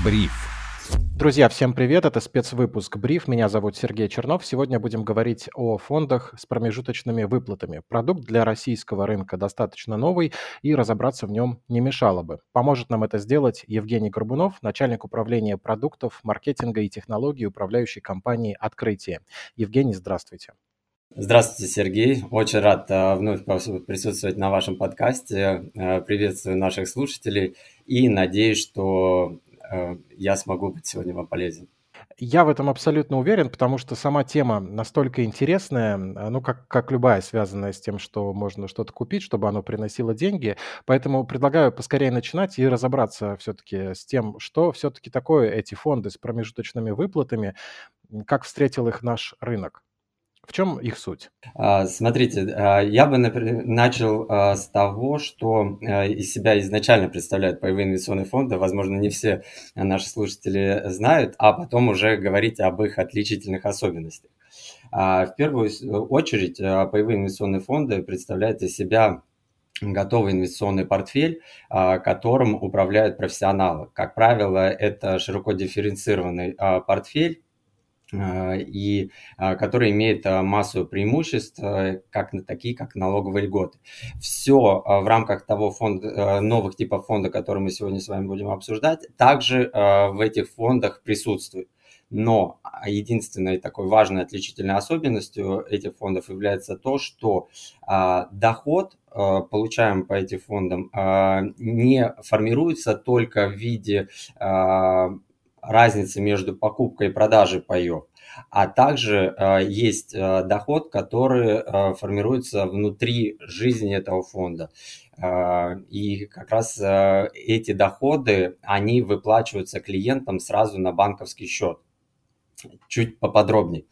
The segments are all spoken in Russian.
Бриф. Друзья, всем привет! Это спецвыпуск «Бриф». Меня зовут Сергей Чернов. Сегодня будем говорить о фондах с промежуточными выплатами. Продукт для российского рынка достаточно новый, и разобраться в нем не мешало бы. Поможет нам это сделать Евгений Горбунов, начальник управления продуктов, маркетинга и технологий управляющей компании «Открытие». Евгений, здравствуйте. Здравствуйте, Сергей. Очень рад вновь присутствовать на вашем подкасте. Приветствую наших слушателей и надеюсь, что я смогу быть сегодня вам полезен. Я в этом абсолютно уверен, потому что сама тема настолько интересная, ну, как любая, связанная с тем, что можно что-то купить, чтобы оно приносило деньги. Поэтому предлагаю поскорее начинать и разобраться все-таки с тем, что все-таки такое эти фонды с промежуточными выплатами, как встретил их наш рынок. В чем их суть? Смотрите, я бы начал с того, что из себя изначально представляют паевые инвестиционные фонды. Возможно, не все наши слушатели знают, а потом уже говорить об их отличительных особенностях. В первую очередь, паевые инвестиционные фонды представляют из себя готовый инвестиционный портфель, которым управляют профессионалы. Как правило, это широко дифференцированный портфель, и который имеет массу преимуществ, такие как налоговые льготы. Все в рамках того фонда, новых типов фонда, которые мы сегодня с вами будем обсуждать, также в этих фондах присутствует. Но единственной такой важной отличительной особенностью этих фондов является то, что доход, получаемый по этим фондам, не формируется только в виде разницы между покупкой и продажей паев, а также есть доход, который формируется внутри жизни этого фонда. И как раз эти доходы, они выплачиваются клиентам сразу на банковский счет. Чуть поподробнее.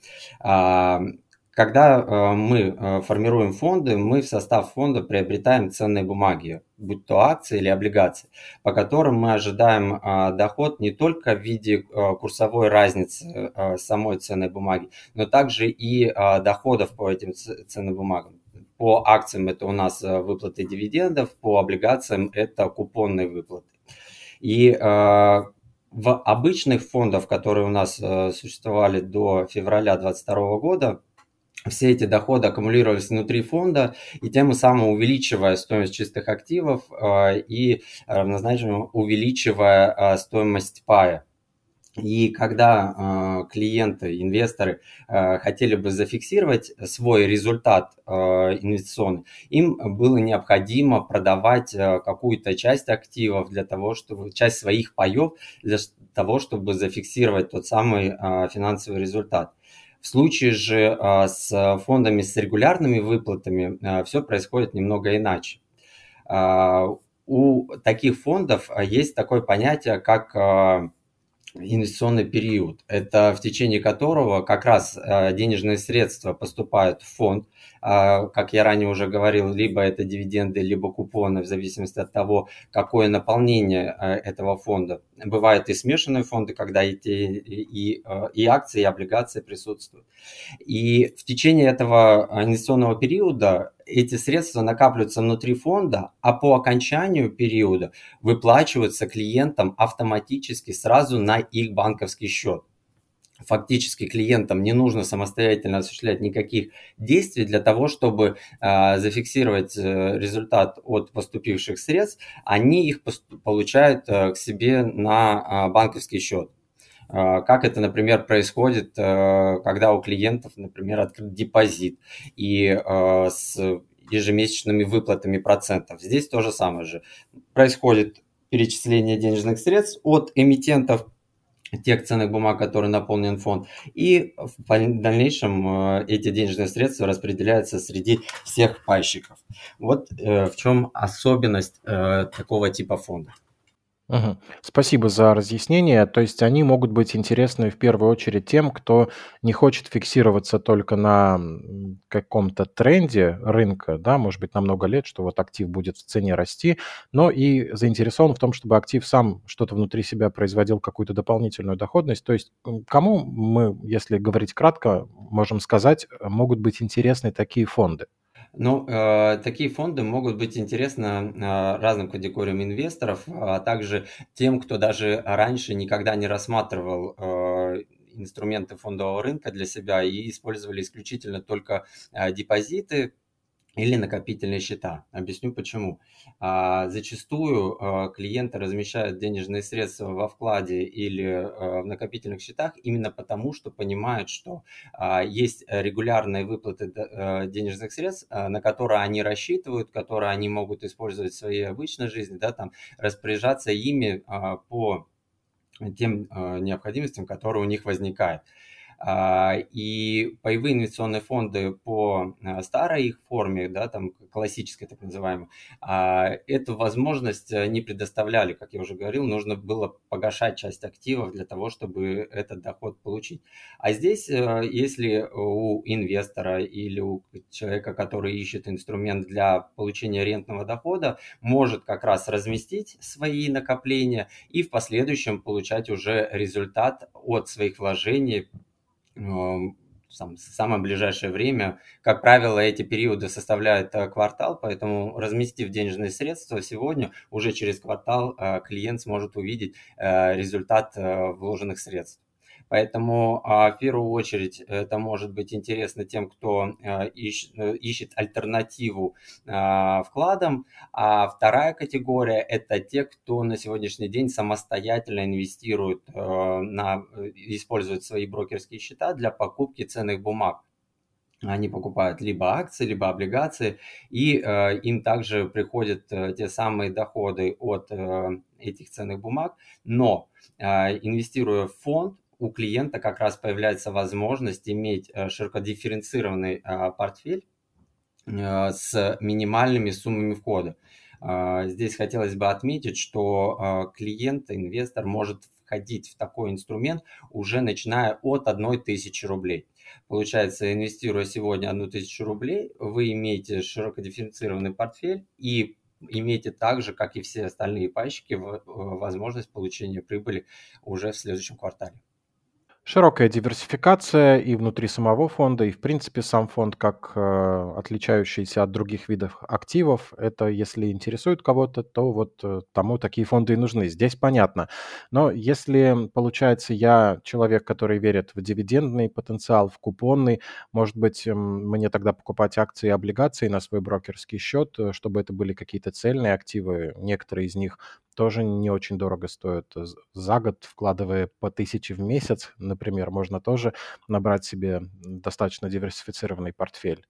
Когда мы формируем фонды, мы в состав фонда приобретаем ценные бумаги, будь то акции или облигации, по которым мы ожидаем доход не только в виде курсовой разницы самой ценной бумаги, но также и доходов по этим ценным бумагам. По акциям это у нас выплаты дивидендов, по облигациям это купонные выплаты. И в обычных фондах, которые у нас существовали до февраля 2022 года, все эти доходы аккумулировались внутри фонда, и тем самым увеличивая стоимость чистых активов и равнозначно увеличивая стоимость пая. И когда клиенты, инвесторы хотели бы зафиксировать свой результат инвестиционный, им было необходимо продавать какую-то часть активов для того, чтобы часть своих паев для того, чтобы зафиксировать тот самый финансовый результат. В случае же с фондами с регулярными выплатами все происходит немного иначе. У таких фондов есть такое понятие, как инвестиционный период. Это в течение которого как раз денежные средства поступают в фонд. Как я ранее уже говорил, либо это дивиденды, либо купоны, в зависимости от того, какое наполнение этого фонда. Бывают и смешанные фонды, когда и акции, и облигации присутствуют. И в течение этого инвестиционного периода эти средства накапливаются внутри фонда, а по окончанию периода выплачиваются клиентам автоматически сразу на их банковский счет. Фактически клиентам не нужно самостоятельно осуществлять никаких действий для того, чтобы зафиксировать результат от поступивших средств. Они их получают к себе на банковский счет. Как это, например, происходит, когда у клиентов, например, открыт депозит и с ежемесячными выплатами процентов. Здесь то же самое же. Происходит перечисление денежных средств от эмитентов тех ценных бумаг, которые наполнен фонд, и в дальнейшем эти денежные средства распределяются среди всех пайщиков. Вот в чем особенность такого типа фонда. Спасибо за разъяснение. То есть они могут быть интересны в первую очередь тем, кто не хочет фиксироваться только на каком-то тренде рынка, да, может быть, на много лет, что вот актив будет в цене расти, но и заинтересован в том, чтобы актив сам что-то внутри себя производил, какую-то дополнительную доходность. То есть кому мы, если говорить кратко, можем сказать, могут быть интересны такие фонды? Ну, такие фонды могут быть интересны разным категориям инвесторов, а также тем, кто даже раньше никогда не рассматривал инструменты фондового рынка для себя и использовали исключительно только депозиты или накопительные счета. Объясню почему. Зачастую клиенты размещают денежные средства во вкладе или в накопительных счетах именно потому, что понимают, что есть регулярные выплаты денежных средств, на которые они рассчитывают, которые они могут использовать в своей обычной жизни, да, там, распоряжаться ими по тем необходимостям, которые у них возникают. И паевые инвестиционные фонды по старой их форме, да, там классической так называемой, эту возможность не предоставляли, как я уже говорил, нужно было погашать часть активов для того, чтобы этот доход получить. А здесь, если у инвестора или у человека, который ищет инструмент для получения рентного дохода, может как раз разместить свои накопления и в последующем получать уже результат от своих вложений в самое ближайшее время. Как правило, эти периоды составляют квартал, поэтому разместив денежные средства сегодня, уже через квартал клиент сможет увидеть результат вложенных средств. Поэтому в первую очередь это может быть интересно тем, кто ищет альтернативу вкладам, а вторая категория – это те, кто на сегодняшний день самостоятельно инвестирует, использует свои брокерские счета для покупки ценных бумаг. Они покупают либо акции, либо облигации, и им также приходят те самые доходы от этих ценных бумаг, но инвестируя в фонд, у клиента как раз появляется возможность иметь широко дифференцированный портфель с минимальными суммами входа. Здесь хотелось бы отметить, что клиент, инвестор может входить в такой инструмент уже начиная от 1000 рублей. Получается, инвестируя сегодня 1000 рублей, вы имеете широко дифференцированный портфель и имеете так же, как и все остальные пайщики, возможность получения прибыли уже в следующем квартале. Широкая диверсификация и внутри самого фонда, и, в принципе, сам фонд как отличающийся от других видов активов. Это если интересует кого-то, то вот тому такие фонды и нужны. Здесь понятно. Но если, получается, я человек, который верит в дивидендный потенциал, в купонный, может быть, мне тогда покупать акции и облигации на свой брокерский счет, чтобы это были какие-то цельные активы. Некоторые из них тоже не очень дорого стоят. За год, вкладывая по 1000 в месяц, например, можно тоже набрать себе достаточно диверсифицированный портфель.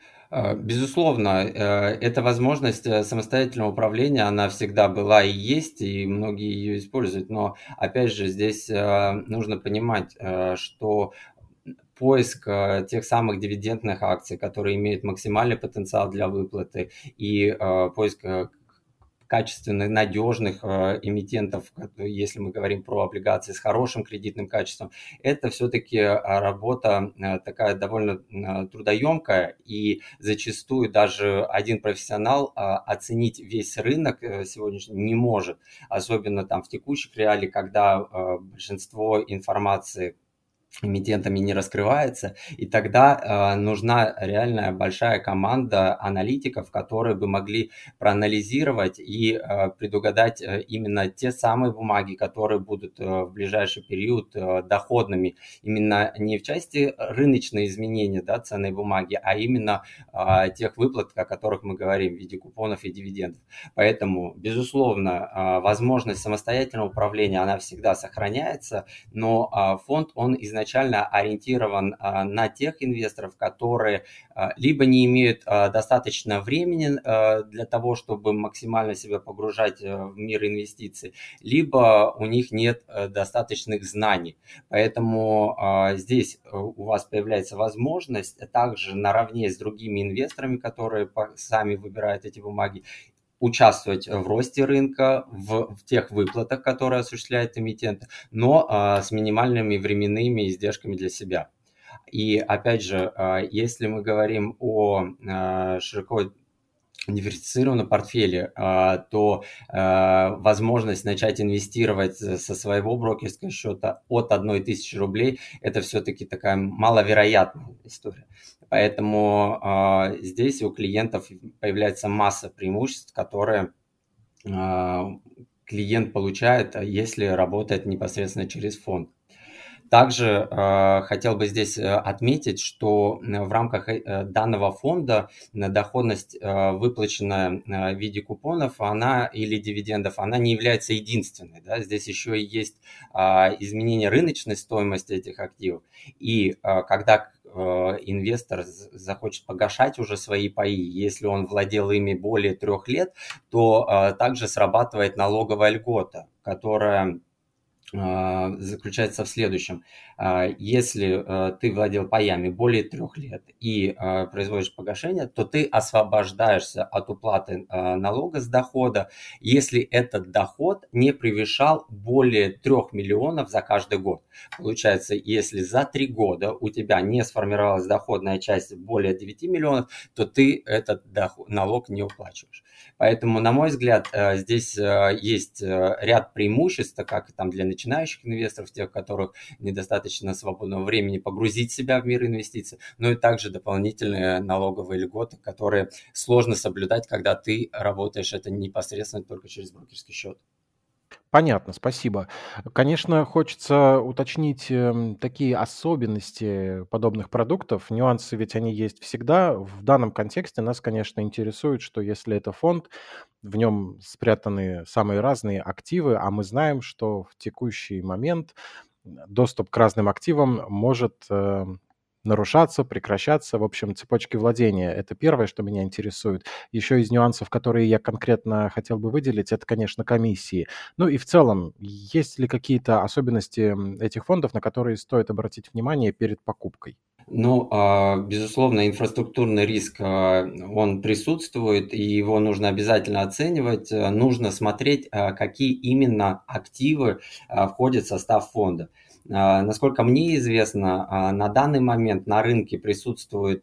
Безусловно, эта возможность самостоятельного управления, она всегда была и есть, и многие ее используют. Но, опять же, здесь нужно понимать, что поиск тех самых дивидендных акций, которые имеют максимальный потенциал для выплаты, и поиск качественных, надежных эмитентов, если мы говорим про облигации с хорошим кредитным качеством, это все-таки работа такая довольно трудоемкая, и зачастую даже один профессионал оценить весь рынок сегодняшний не может, особенно там в текущих реалиях, когда большинство информации эмитентами не раскрывается, и тогда нужна реальная большая команда аналитиков, которые бы могли проанализировать и предугадать именно те самые бумаги, которые будут в ближайший период доходными. Именно не в части рыночные изменения, да, ценной бумаги, а именно тех выплат, о которых мы говорим в виде купонов и дивидендов. Поэтому, безусловно, возможность самостоятельного управления, она всегда сохраняется, но фонд, он изначально ориентирован на тех инвесторов, которые либо не имеют достаточно времени для того, чтобы максимально себя погружать в мир инвестиций, либо у них нет достаточных знаний. Поэтому здесь у вас появляется возможность также наравне с другими инвесторами, которые сами выбирают эти бумаги, участвовать в росте рынка, в тех выплатах, которые осуществляет эмитент, но с минимальными временными издержками для себя. И опять же, если мы говорим о широко диверсифицированном портфеле, то возможность начать инвестировать со своего брокерского счета от 1000 рублей – это все-таки такая маловероятная история. Поэтому здесь у клиентов появляется масса преимуществ, которые клиент получает, если работает непосредственно через фонд. Также хотел бы здесь отметить, что в рамках данного фонда доходность, выплаченная в виде купонов, она или дивидендов, она не является единственной. Да? Здесь еще и есть изменение рыночной стоимости этих активов. И когда инвестор захочет погашать уже свои паи, если он владел ими более 3 лет, то также срабатывает налоговая льгота, которая заключается в следующем. Если ты владел паями более 3 лет и производишь погашение, то ты освобождаешься от уплаты налога с дохода, если этот доход не превышал более 3 миллионов за каждый год. Получается, если за 3 года у тебя не сформировалась доходная часть более 9 миллионов, то ты этот налог не уплачиваешь. Поэтому, на мой взгляд, здесь есть ряд преимуществ, как там для начинающих инвесторов, тех, у которых недостаточно свободного времени погрузить себя в мир инвестиций, но и также дополнительные налоговые льготы, которые сложно соблюдать, когда ты работаешь это непосредственно только через брокерский счет. Понятно, спасибо. Конечно, хочется уточнить такие особенности подобных продуктов. Нюансы ведь они есть всегда. В данном контексте нас, конечно, интересует, что если это фонд, в нем спрятаны самые разные активы, а мы знаем, что в текущий момент доступ к разным активам может нарушаться, прекращаться, в общем, цепочки владения. Это первое, что меня интересует. Еще из нюансов, которые я конкретно хотел бы выделить, это, конечно, комиссии. Ну и в целом, есть ли какие-то особенности этих фондов, на которые стоит обратить внимание перед покупкой? Ну, безусловно, инфраструктурный риск, он присутствует, и его нужно обязательно оценивать. Нужно смотреть, какие именно активы входят в состав фонда. Насколько мне известно, на данный момент на рынке присутствует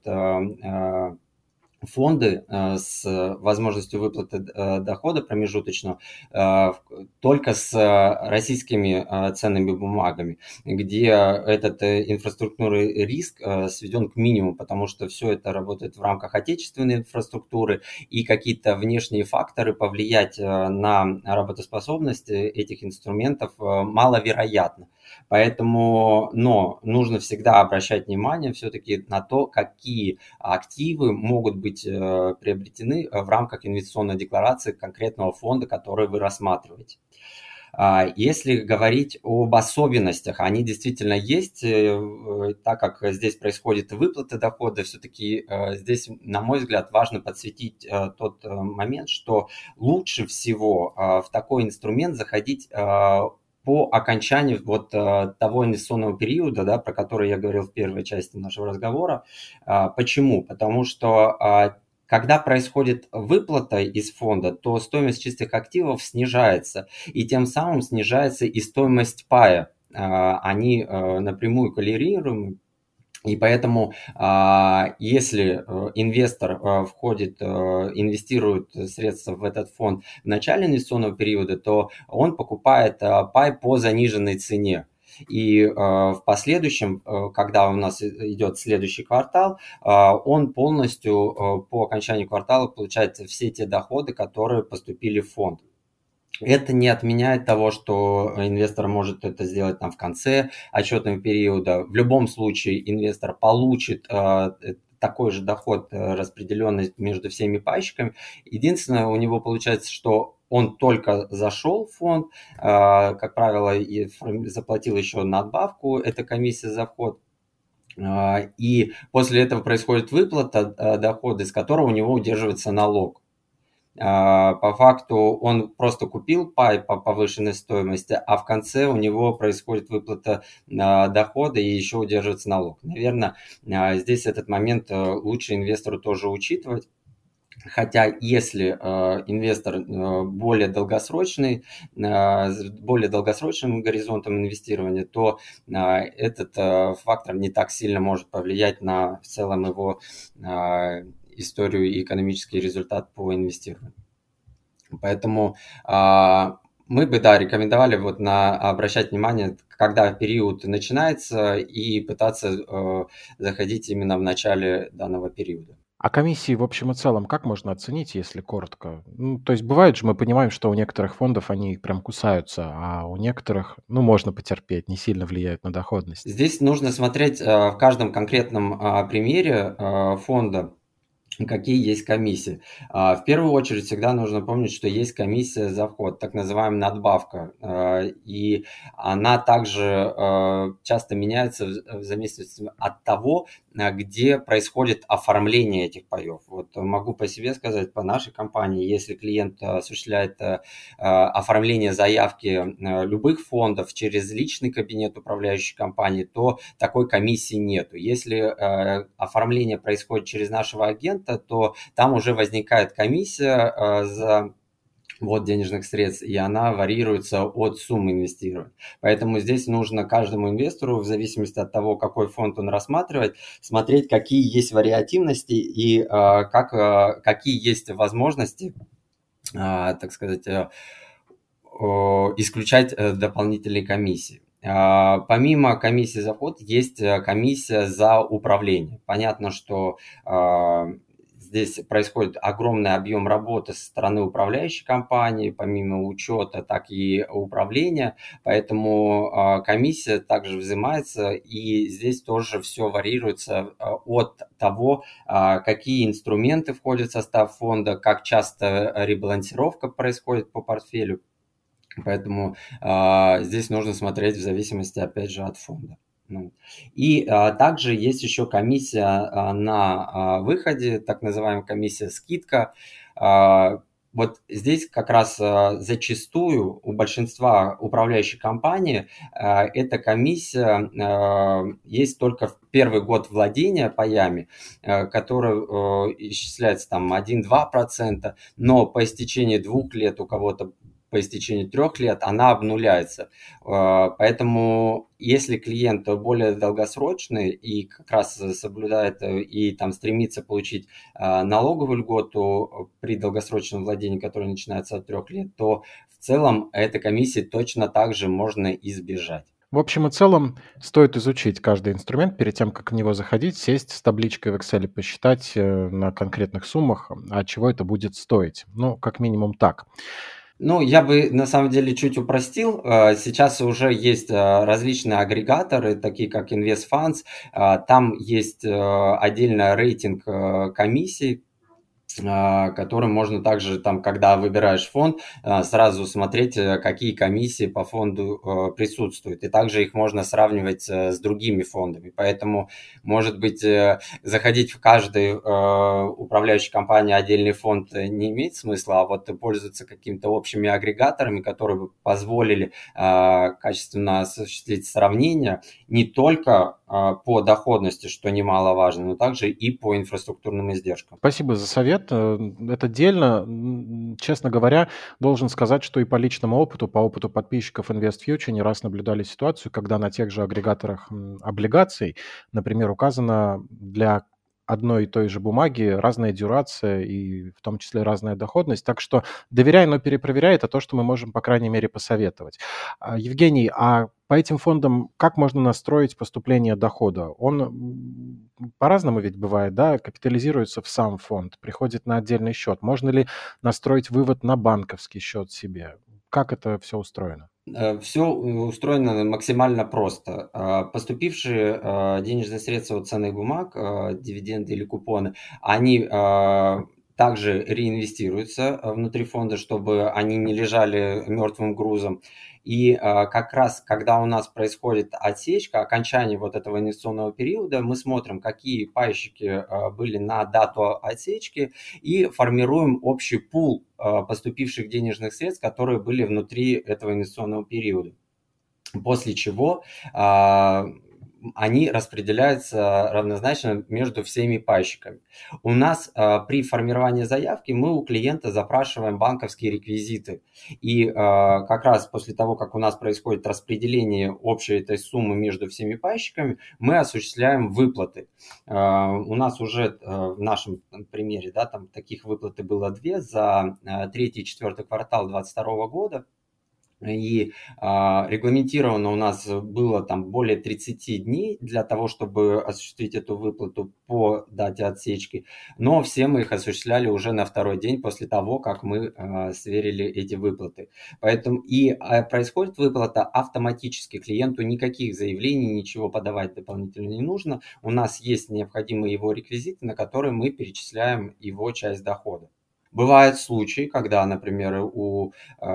фонды с возможностью выплаты дохода промежуточного только с российскими ценными бумагами, где этот инфраструктурный риск сведен к минимуму, потому что все это работает в рамках отечественной инфраструктуры, и какие-то внешние факторы повлиять на работоспособность этих инструментов маловероятно. Поэтому, но нужно всегда обращать внимание все-таки на то, какие активы могут быть приобретены в рамках инвестиционной декларации конкретного фонда, который вы рассматриваете. Если говорить об особенностях, они действительно есть, так как здесь происходит выплата дохода, все-таки здесь, на мой взгляд, важно подсветить тот момент, что лучше всего в такой инструмент заходить по окончанию вот того инвестиционного периода, да, про который я говорил в первой части нашего разговора. Почему? Потому что когда происходит выплата из фонда, то стоимость чистых активов снижается, и тем самым снижается и стоимость пая. Они напрямую коррелируемы. И поэтому, если инвестор инвестирует средства в этот фонд в начале инвестиционного периода, то он покупает пай по заниженной цене. И в последующем, когда у нас идет следующий квартал, он полностью по окончанию квартала получает все те доходы, которые поступили в фонд. Это не отменяет того, что инвестор может это сделать там в конце отчетного периода. В любом случае инвестор получит такой же доход, распределенный между всеми пайщиками. Единственное, у него получается, что он только зашел в фонд, как правило, и заплатил еще надбавку, это комиссия за вход. И после этого происходит выплата дохода, из которого у него удерживается налог. По факту он просто купил пай по повышенной стоимости, а в конце у него происходит выплата дохода и еще удерживается налог. Наверное, здесь этот момент лучше инвестору тоже учитывать. Хотя если инвестор более долгосрочный, с более долгосрочным горизонтом инвестирования, то этот фактор не так сильно может повлиять на в целом его историю и экономический результат по инвестированию. Поэтому Мы бы, да, рекомендовали вот обращать внимание, когда период начинается, и пытаться заходить именно в начале данного периода. А комиссии в общем и целом как можно оценить, если коротко? Ну, то есть бывает же, мы понимаем, что у некоторых фондов они прям кусаются, а у некоторых, ну, можно потерпеть, не сильно влияют на доходность. Здесь нужно смотреть в каждом конкретном примере фонда, какие есть комиссии. В первую очередь всегда нужно помнить, что есть комиссия за вход, так называемая надбавка. И она также часто меняется в зависимости от того, где происходит оформление этих паев. Вот могу по себе сказать, по нашей компании, если клиент осуществляет оформление заявки любых фондов через личный кабинет управляющей компании, то такой комиссии нету. Если оформление происходит через нашего агента, то там уже возникает комиссия за ввод денежных средств, и она варьируется от суммы инвестирования. Поэтому здесь нужно каждому инвестору, в зависимости от того, какой фонд он рассматривает, смотреть, какие есть вариативности и какие есть возможности, так сказать, исключать дополнительные комиссии. Помимо комиссии за вход есть комиссия за управление. Понятно, что здесь происходит огромный объем работы со стороны управляющей компании, помимо учета, так и управления, поэтому комиссия также взимается, и здесь тоже все варьируется от того, какие инструменты входят в состав фонда, как часто ребалансировка происходит по портфелю. Поэтому здесь нужно смотреть в зависимости, опять же, от фонда. И также есть еще комиссия на выходе, так называемая комиссия скидка. Вот здесь как раз зачастую у большинства управляющих компаний эта комиссия есть только в первый год владения паями, который исчисляется там 1-2%, но по истечении 2 лет у кого-то по истечении 3 лет она обнуляется. Поэтому если клиент более долгосрочный и как раз соблюдает и там стремится получить налоговую льготу при долгосрочном владении, которое начинается от 3 лет, то в целом этой комиссии точно так же можно избежать. В общем и целом, стоит изучить каждый инструмент перед тем, как в него заходить, сесть с табличкой в Excel, посчитать на конкретных суммах, чего это будет стоить. Ну, как минимум так. Ну, я бы на самом деле чуть упростил. Сейчас уже есть различные агрегаторы, такие как InvestFunds. Там есть отдельно рейтинг комиссий, которым можно также, там, когда выбираешь фонд, сразу смотреть, какие комиссии по фонду присутствуют. И также их можно сравнивать с другими фондами. Поэтому, может быть, заходить в каждую управляющую компанию отдельный фонд не имеет смысла, а вот пользоваться какими-то общими агрегаторами, которые бы позволили качественно осуществить сравнение не только по доходности, что немаловажно, но также и по инфраструктурным издержкам. Спасибо за совет. Это дельно. Честно говоря, должен сказать, что и по личному опыту, по опыту подписчиков InvestFuture не раз наблюдали ситуацию, когда на тех же агрегаторах облигаций, например, указано для одной и той же бумаги разная дюрация и в том числе разная доходность. Так что доверяй, но перепроверяй — это то, что мы можем, по крайней мере, посоветовать. Евгений, а по этим фондам как можно настроить поступление дохода? Он по-разному ведь бывает, да, капитализируется в сам фонд, приходит на отдельный счет. Можно ли настроить вывод на банковский счет себе? Как это все устроено? Все устроено максимально просто. Поступившие денежные средства от ценных бумаг, дивиденды или купоны, они также реинвестируются внутри фонда, чтобы они не лежали мертвым грузом. И как раз, когда у нас происходит отсечка, окончание вот этого инвестиционного периода, мы смотрим, какие пайщики были на дату отсечки, и формируем общий пул поступивших денежных средств, которые были внутри этого инвестиционного периода. После чего они распределяются равнозначно между всеми пайщиками. У нас при формировании заявки мы у клиента запрашиваем банковские реквизиты. И как раз после того, как у нас происходит распределение общей этой суммы между всеми пайщиками, мы осуществляем выплаты. У нас уже в нашем примере, да, там таких выплаты было 2 за 3 и 4 квартал 2022 года. И регламентировано у нас было там более 30 дней для того, чтобы осуществить эту выплату по дате отсечки, но все мы их осуществляли уже на второй день после того, как мы сверили эти выплаты. Поэтому происходит выплата автоматически, клиенту никаких заявлений, ничего подавать дополнительно не нужно. У нас есть необходимые его реквизиты, на которые мы перечисляем его часть дохода. Бывают случаи, когда, например, у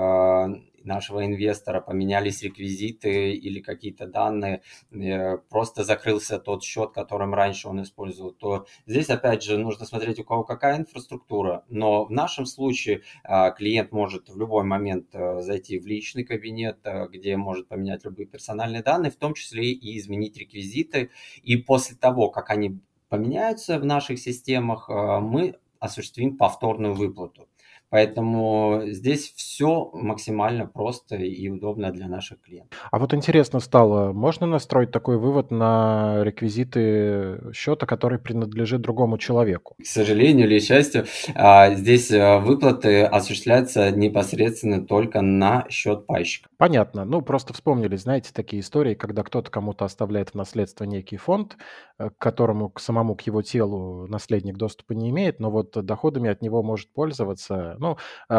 нашего инвестора поменялись реквизиты или какие-то данные, просто закрылся тот счет, которым раньше он использовал, то здесь опять же нужно смотреть, у кого какая инфраструктура. Но в нашем случае клиент может в любой момент зайти в личный кабинет, где может поменять любые персональные данные, в том числе и изменить реквизиты. И после того, как они поменяются в наших системах, мы осуществим повторную выплату. Поэтому здесь все максимально просто и удобно для наших клиентов. А вот интересно стало, можно настроить такой вывод на реквизиты счета, который принадлежит другому человеку? К сожалению или счастью, здесь выплаты осуществляются непосредственно только на счет пайщика. Понятно. Ну, просто вспомнили, знаете, такие истории, когда кто-то кому-то оставляет в наследство некий фонд, к которому, к самому, к его телу наследник доступа не имеет, но вот доходами от него может пользоваться. Ну,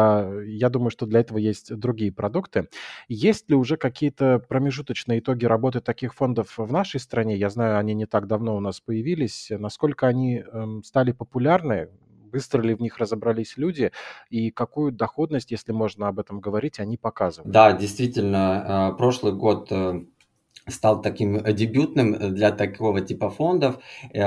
я думаю, что для этого есть другие продукты. Есть ли уже какие-то промежуточные итоги работы таких фондов в нашей стране? Я знаю, они не так давно у нас появились. Насколько они стали популярны? Быстро ли в них разобрались люди? И какую доходность, если можно об этом говорить, они показывают? Да, действительно, прошлый год стал таким дебютным для такого типа фондов,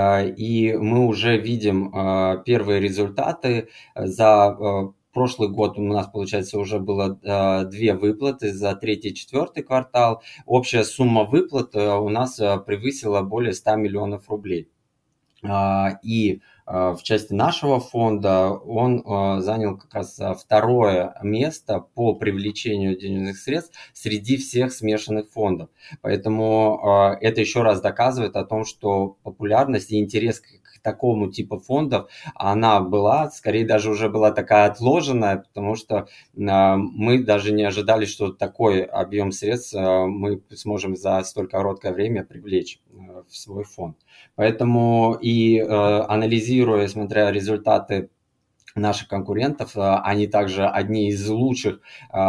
и мы уже видим первые результаты. За прошлый год у нас, получается, уже было 2 выплаты за третий и четвертый квартал. Общая сумма выплат у нас превысила более 100 миллионов рублей. И в части нашего фонда он занял как раз второе место по привлечению денежных средств среди всех смешанных фондов. Поэтому это еще раз доказывает о том, что популярность и интерес к такому типу фондов, она была, скорее даже уже была такая отложенная, потому что мы даже не ожидали, что такой объем средств мы сможем за столь короткое время привлечь в свой фонд. Поэтому и анализируя, смотря результаты наших конкурентов, они также одни из лучших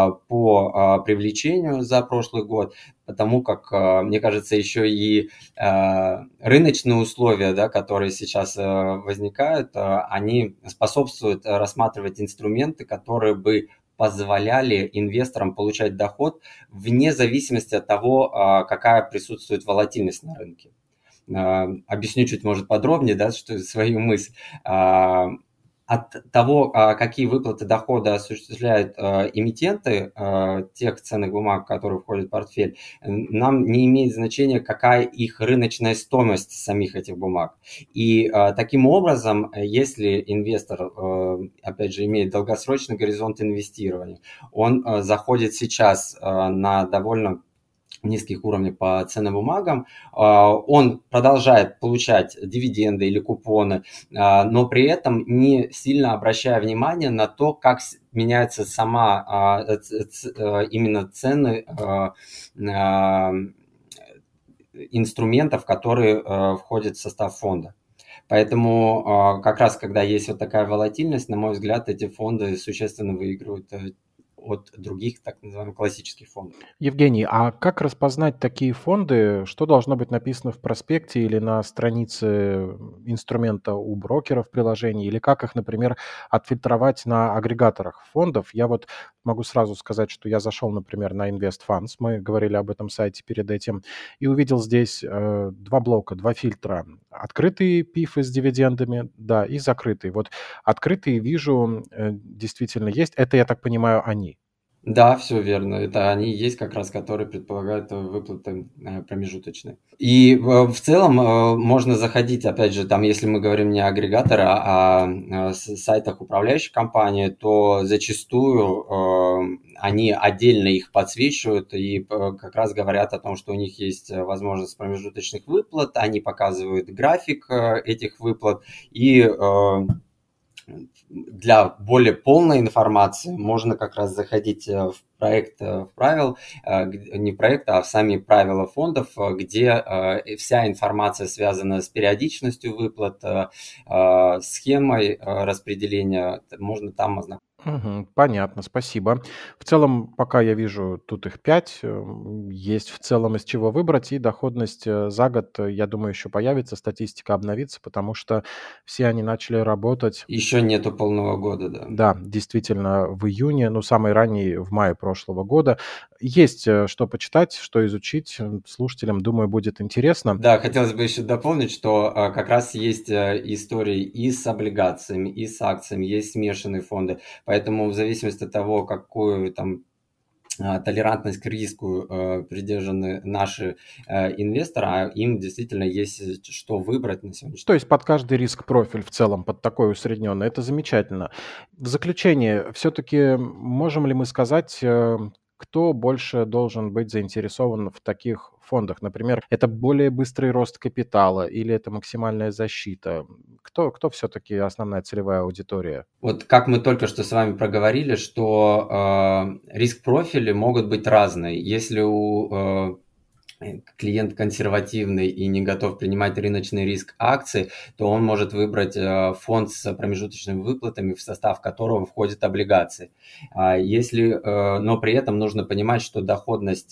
по привлечению за прошлый год, потому как, мне кажется, еще и рыночные условия, да, которые сейчас возникают, они способствуют рассматривать инструменты, которые бы позволяли инвесторам получать доход вне зависимости от того, какая присутствует волатильность на рынке. Объясню чуть, может, подробнее, да, что свою мысль. От того, какие выплаты дохода осуществляют эмитенты тех ценных бумаг, которые входят в портфель, нам не имеет значения, какая их рыночная стоимость самих этих бумаг. И таким образом, если инвестор, опять же, имеет долгосрочный горизонт инвестирования, он заходит сейчас на довольно низких уровнях по ценным бумагам, он продолжает получать дивиденды или купоны, но при этом не сильно обращая внимание на то, как меняется сама именно цены инструментов, которые входят в состав фонда. Поэтому как раз, когда есть вот такая волатильность, на мой взгляд, эти фонды существенно выигрывают от других так называемых классических фондов. Евгений, а как распознать такие фонды? Что должно быть написано в проспекте или на странице инструмента у брокера в приложении? Или как их, например, отфильтровать на агрегаторах фондов? Я вот могу сразу сказать, что я зашел, например, на InvestFunds, мы говорили об этом сайте перед этим, и увидел здесь 2 блока, 2 фильтра. Открытые пифы с дивидендами, да, и закрытые. Вот открытые вижу, действительно есть. Это, я так понимаю, они. Да, все верно. Это они и есть как раз, которые предполагают выплаты промежуточные. И в целом можно заходить, опять же, там, если мы говорим не агрегатора, а сайтах управляющей компании, то зачастую они отдельно их подсвечивают и как раз говорят о том, что у них есть возможность промежуточных выплат, они показывают график этих выплат и для более полной информации можно как раз заходить в проект правил, не проект, а в сами правила фондов, где вся информация связана с периодичностью выплат, схемой распределения, можно там ознакомиться. Мгм. Понятно, спасибо. В целом, пока я вижу, тут их 5, есть в целом из чего выбрать, и доходность за год, я думаю, еще появится, статистика обновится, потому что все они начали работать, Еще нету полного года, да. да, действительно, в июне, ну, самый ранний в мае прошлого года. Есть что почитать, что изучить. Слушателям, думаю, будет интересно. Да, хотелось бы еще дополнить, что как раз есть истории и с облигациями, и с акциями, есть смешанные фонды. Поэтому в зависимости от того, какую там толерантность к риску придержаны наши инвесторы, а им действительно есть что выбрать на сегодняшний То день. есть под каждый риск профиль в целом, под такой усредненный. Это замечательно. В заключение, все-таки можем ли мы сказать, кто больше должен быть заинтересован в таких фондах? Например, это более быстрый рост капитала или это максимальная защита? Кто все-таки основная целевая аудитория? Вот как мы только что с вами проговорили, что риск-профили могут быть разные. Если у клиент консервативный и не готов принимать рыночный риск акций, то он может выбрать фонд с промежуточными выплатами, в состав которого входят облигации. Но при этом нужно понимать, что доходность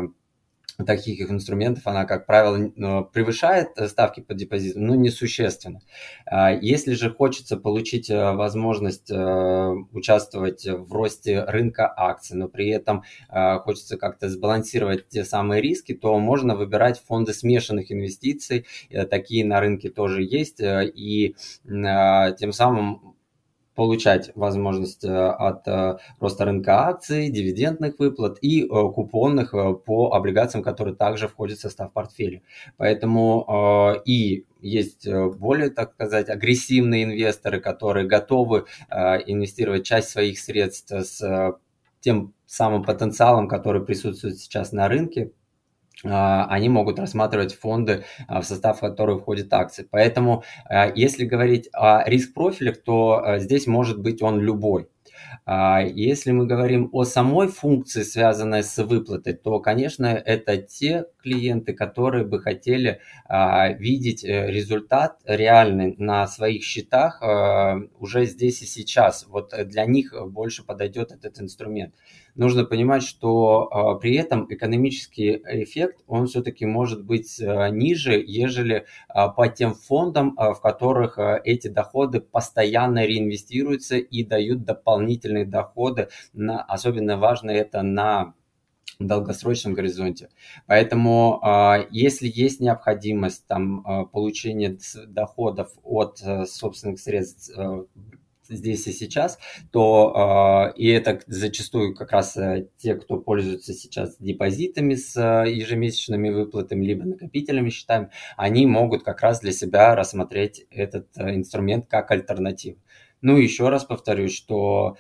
таких инструментов, она, как правило, превышает ставки по депозиту, но несущественно. Если же хочется получить возможность участвовать в росте рынка акций, но при этом хочется как-то сбалансировать те самые риски, то можно выбирать фонды смешанных инвестиций. Такие на рынке тоже есть. И тем самым получать возможность от роста рынка акций, дивидендных выплат и купонных по облигациям, которые также входят в состав портфеля. Поэтому и есть более, так сказать, агрессивные инвесторы, которые готовы инвестировать часть своих средств с тем самым потенциалом, который присутствует сейчас на рынке. Они могут рассматривать фонды, в состав которых входят акции. Поэтому, если говорить о риск-профилях, то здесь может быть он любой. Если мы говорим о самой функции, связанной с выплатой, то, конечно, это те клиенты, которые бы хотели видеть результат реальный на своих счетах уже здесь и сейчас. Вот для них больше подойдет этот инструмент. Нужно понимать, что при этом экономический эффект, он все-таки может быть ниже, ежели по тем фондам, в которых эти доходы постоянно реинвестируются и дают дополнительные доходы. Особенно важно это на долгосрочном горизонте. Поэтому, если есть необходимость там, получения доходов от собственных средств здесь и сейчас, то и это зачастую как раз те, кто пользуется сейчас депозитами с ежемесячными выплатами, либо накопительными счетами, они могут как раз для себя рассмотреть этот инструмент как альтернативу. Ну, еще раз повторюсь, что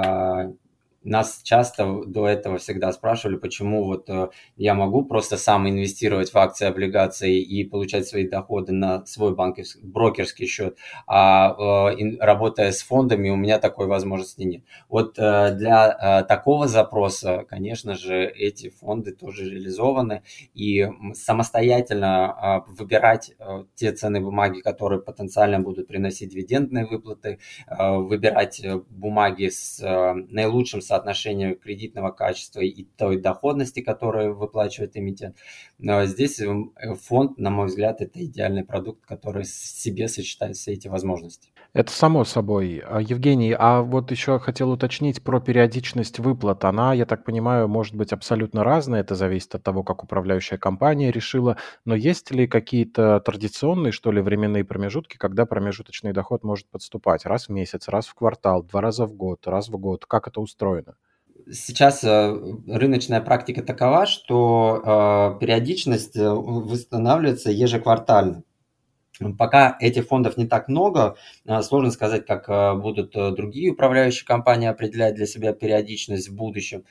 нас часто до этого всегда спрашивали, почему вот я могу просто сам инвестировать в акции, облигации и получать свои доходы на свой брокерский счет, работая с фондами, у меня такой возможности нет. Вот для такого запроса, конечно же, эти фонды тоже реализованы, и самостоятельно выбирать те ценные бумаги, которые потенциально будут приносить дивидендные выплаты, выбирать бумаги с наилучшим соотношением кредитного качества и той доходности, которую выплачивает эмитент. Но здесь фонд, на мой взгляд, это идеальный продукт, который в себе сочетает все эти возможности. Это само собой. Евгений, а вот еще хотел уточнить про периодичность выплат. Она, я так понимаю, может быть абсолютно разная. Это зависит от того, как управляющая компания решила. Но есть ли какие-то традиционные, что ли, временные промежутки, когда промежуточный доход может подступать? Раз в месяц, раз в квартал, 2 раза в год, раз в год. Как это устроено? Сейчас рыночная практика такова, что периодичность восстанавливается ежеквартально. Пока этих фондов не так много, сложно сказать, как будут другие управляющие компании определять для себя периодичность в будущем.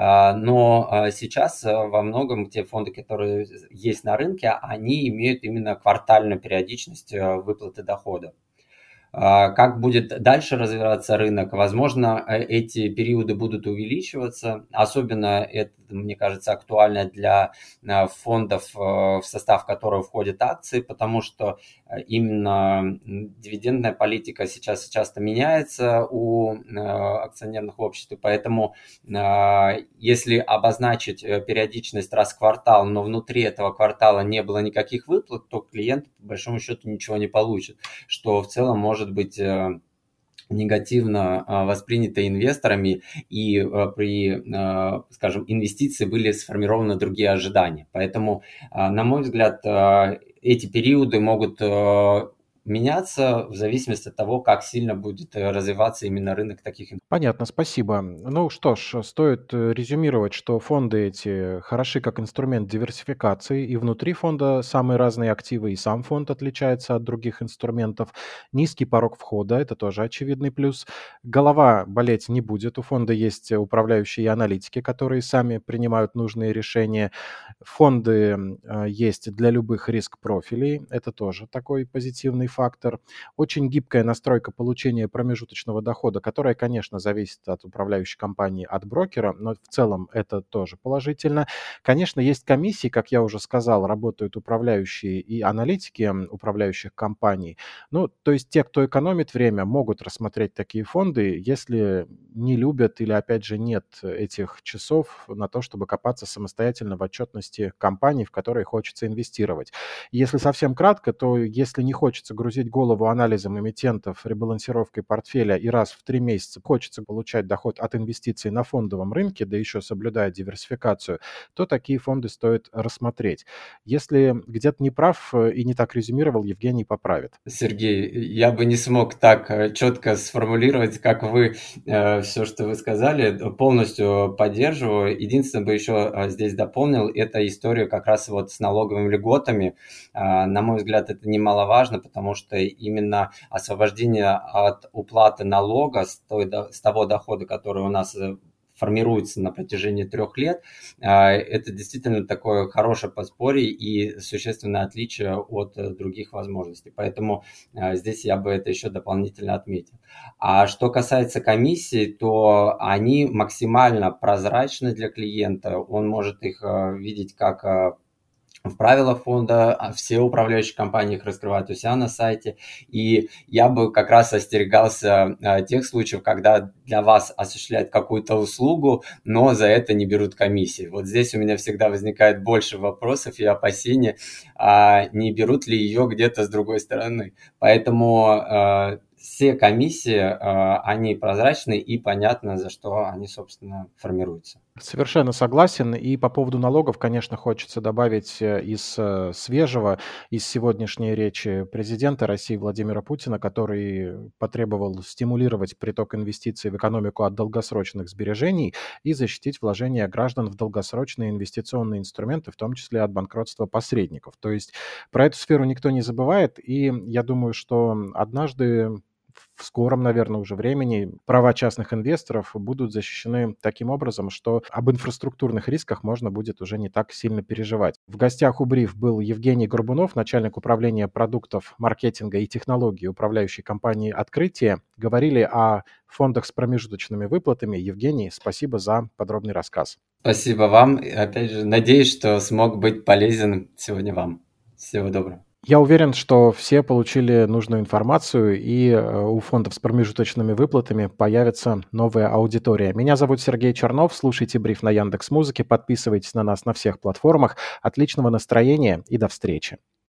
Но сейчас во многом те фонды, которые есть на рынке, они имеют именно квартальную периодичность выплаты дохода. Как будет дальше развиваться рынок? Возможно, эти периоды будут увеличиваться. Особенно это, мне кажется, актуально для фондов, в состав которых входят акции, потому что именно дивидендная политика сейчас часто меняется у акционерных обществ. Поэтому если обозначить периодичность раз в квартал, но внутри этого квартала не было никаких выплат, то клиент, по большому счету, ничего не получит, что в целом может быть негативно воспринято инвесторами, и при, скажем, инвестиции были сформированы другие ожидания. Поэтому, на мой взгляд, эти периоды могут меняться в зависимости от того, как сильно будет развиваться именно рынок таких. Понятно, спасибо. Ну что ж, стоит резюмировать, что фонды эти хороши как инструмент диверсификации, и внутри фонда самые разные активы, и сам фонд отличается от других инструментов. Низкий порог входа — это тоже очевидный плюс. Голова болеть не будет, у фонда есть управляющие и аналитики, которые сами принимают нужные решения. Фонды есть для любых риск-профилей, это тоже такой позитивный фактор. Очень гибкая настройка получения промежуточного дохода, которая, конечно, зависит от управляющей компании, от брокера, но в целом это тоже положительно. Конечно, есть комиссии, как я уже сказал, работают управляющие и аналитики управляющих компаний. Ну, то есть те, кто экономит время, могут рассмотреть такие фонды, если не любят или, опять же, нет этих часов на то, чтобы копаться самостоятельно в отчетности компаний, в которые хочется инвестировать. Если совсем кратко, то если не хочется грузить голову анализом эмитентов, ребалансировкой портфеля и раз в 3 месяца хочется получать доход от инвестиций на фондовом рынке, да еще соблюдая диверсификацию, то такие фонды стоит рассмотреть. Если где-то не прав и не так резюмировал, Евгений поправит. Сергей, я бы не смог так четко сформулировать, как вы, все, что вы сказали. Полностью поддерживаю. Единственное бы еще здесь дополнил, это история как раз вот с налоговыми льготами. На мой взгляд, это немаловажно, потому что именно освобождение от уплаты налога с того дохода, который у нас формируется на протяжении 3 лет, это действительно такое хорошее подспорье и существенное отличие от других возможностей. Поэтому здесь я бы это еще дополнительно отметил. А что касается комиссий, то они максимально прозрачны для клиента. Он может их видеть как в правилах фонда, все управляющие компании их раскрывают у себя на сайте. И я бы как раз остерегался тех случаев, когда для вас осуществляют какую-то услугу, но за это не берут комиссии. Вот здесь у меня всегда возникает больше вопросов и опасений, не берут ли ее где-то с другой стороны. Поэтому все комиссии, они прозрачны и понятно, за что они, собственно, формируются. Совершенно согласен. И по поводу налогов, конечно, хочется добавить из свежего, из сегодняшней речи президента России Владимира Путина, который потребовал стимулировать приток инвестиций в экономику от долгосрочных сбережений и защитить вложения граждан в долгосрочные инвестиционные инструменты, в том числе от банкротства посредников. То есть про эту сферу никто не забывает, и я думаю, что однажды в скором, наверное, уже времени права частных инвесторов будут защищены таким образом, что об инфраструктурных рисках можно будет уже не так сильно переживать. В гостях у Бриф был Евгений Горбунов, начальник управления продуктов, маркетинга и технологий управляющей компании «Открытие». Говорили о фондах с промежуточными выплатами. Евгений, спасибо за подробный рассказ. Спасибо вам. И опять же, надеюсь, что смог быть полезен сегодня вам. Всего доброго. Я уверен, что все получили нужную информацию, и у фондов с промежуточными выплатами появится новая аудитория. Меня зовут Сергей Чернов. Слушайте Бриф на Яндекс.Музыке, подписывайтесь на нас на всех платформах. Отличного настроения и до встречи.